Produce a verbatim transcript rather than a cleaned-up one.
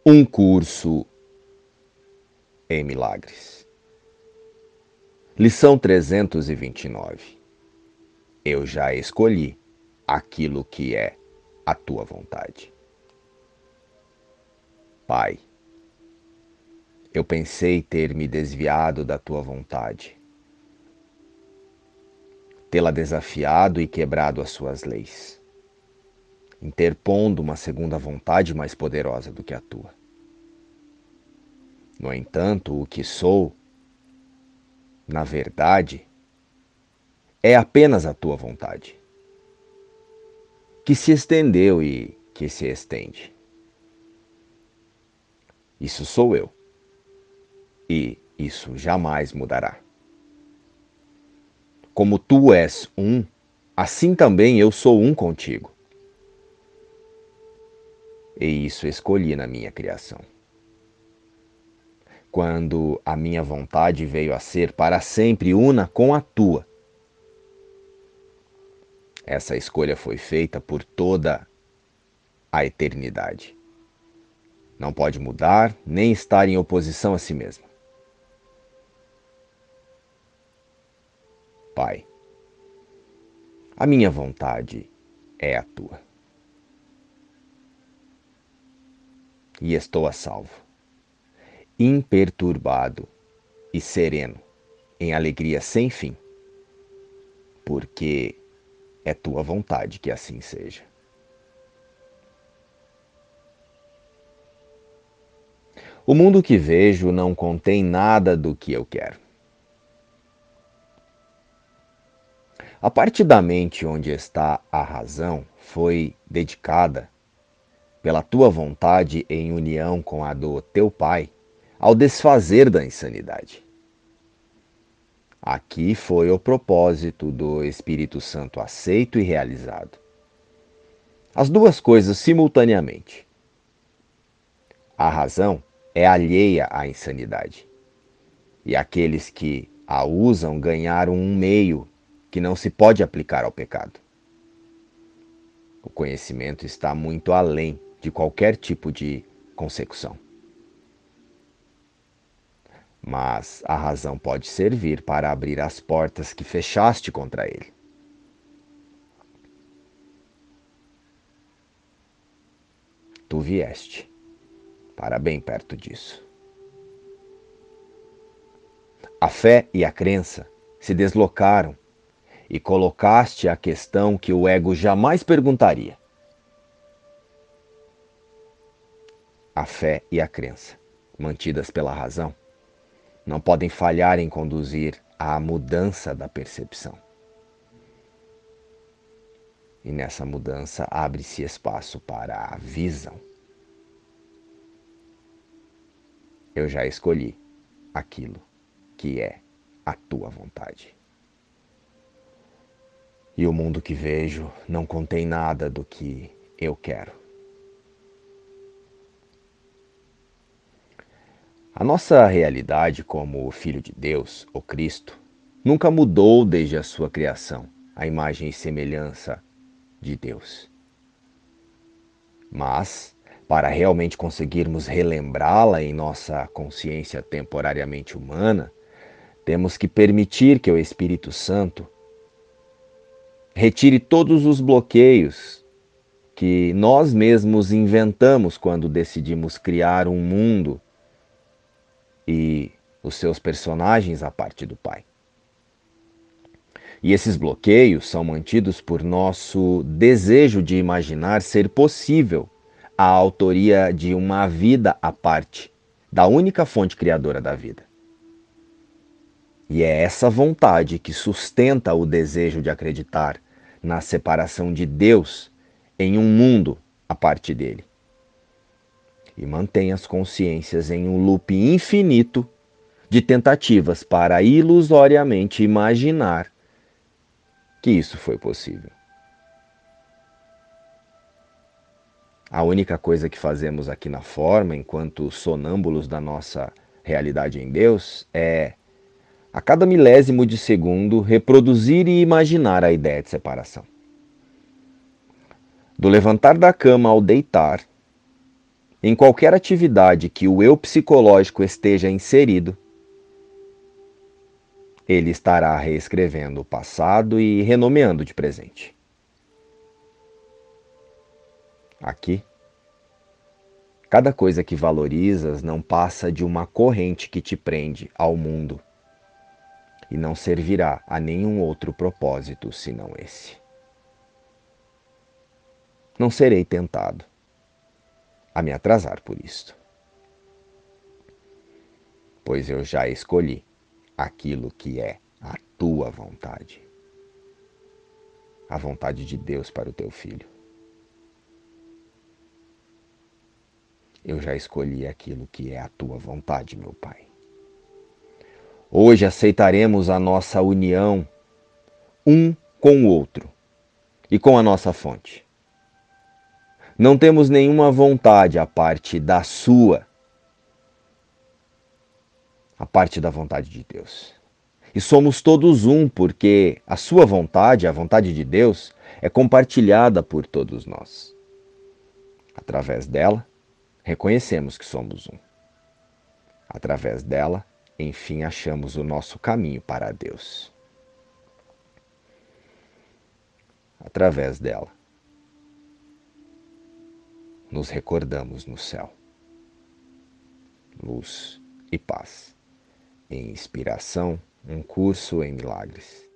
Um curso em milagres. Lição trezentos e vinte e nove. Eu já escolhi aquilo que é a tua vontade. Pai, eu pensei ter me desviado da tua vontade, tê-la desafiado e quebrado as suas leis, interpondo uma segunda vontade mais poderosa do que a tua. No entanto, o que sou, na verdade, é apenas a tua vontade, que se estendeu e que se estende. Isso sou eu, e isso jamais mudará. Como tu és um, assim também eu sou um contigo. E isso escolhi na minha criação. Quando a minha vontade veio a ser para sempre una com a tua, essa escolha foi feita por toda a eternidade. Não pode mudar nem estar em oposição a si mesma. Pai, a minha vontade é a tua. E estou a salvo, imperturbado e sereno, em alegria sem fim, porque é tua vontade que assim seja. O mundo que vejo não contém nada do que eu quero. A parte da mente onde está a razão foi dedicada, pela tua vontade em união com a do teu Pai, ao desfazer da insanidade. Aqui foi o propósito do Espírito Santo aceito e realizado. As duas coisas simultaneamente. A razão é alheia à insanidade, e aqueles que a usam ganharam um meio que não se pode aplicar ao pecado. O conhecimento está muito além de qualquer tipo de consecução. Mas a razão pode servir para abrir as portas que fechaste contra ele. Tu vieste para bem perto disso. A fé e a crença se deslocaram e colocaste a questão que o ego jamais perguntaria. A fé e a crença, mantidas pela razão, não podem falhar em conduzir à mudança da percepção. E nessa mudança abre-se espaço para a visão. Eu já escolhi aquilo que é a tua vontade. E o mundo que vejo não contém nada do que eu quero. A nossa realidade como Filho de Deus, o Cristo, nunca mudou desde a sua criação, a imagem e semelhança de Deus. Mas, para realmente conseguirmos relembrá-la em nossa consciência temporariamente humana, temos que permitir que o Espírito Santo retire todos os bloqueios que nós mesmos inventamos quando decidimos criar um mundo e os seus personagens a parte do Pai. E esses bloqueios são mantidos por nosso desejo de imaginar ser possível a autoria de uma vida à parte da única fonte criadora da vida. E é essa vontade que sustenta o desejo de acreditar na separação de Deus em um mundo à parte dele. E mantém as consciências em um loop infinito de tentativas para ilusoriamente imaginar que isso foi possível. A única coisa que fazemos aqui na forma, enquanto sonâmbulos da nossa realidade em Deus, é, a cada milésimo de segundo, reproduzir e imaginar a ideia de separação. Do levantar da cama ao deitar, Em qualquer atividade que o eu psicológico esteja inserido, ele estará reescrevendo o passado e renomeando de presente. Aqui, cada coisa que valorizas não passa de uma corrente que te prende ao mundo e não servirá a nenhum outro propósito senão esse. Não serei tentado a me atrasar por isto, pois eu já escolhi aquilo que é a tua vontade, a vontade de Deus para o teu filho. Eu já escolhi aquilo que é a tua vontade, meu Pai. Hoje aceitaremos a nossa união um com o outro e com a nossa fonte. Não temos nenhuma vontade à parte da sua, a parte da vontade de Deus. E somos todos um, porque a sua vontade, a vontade de Deus, é compartilhada por todos nós. Através dela, reconhecemos que somos um. Através dela, enfim, achamos o nosso caminho para Deus. Através dela, nos recordamos no céu. Luz e paz. Em inspiração, um curso em milagres.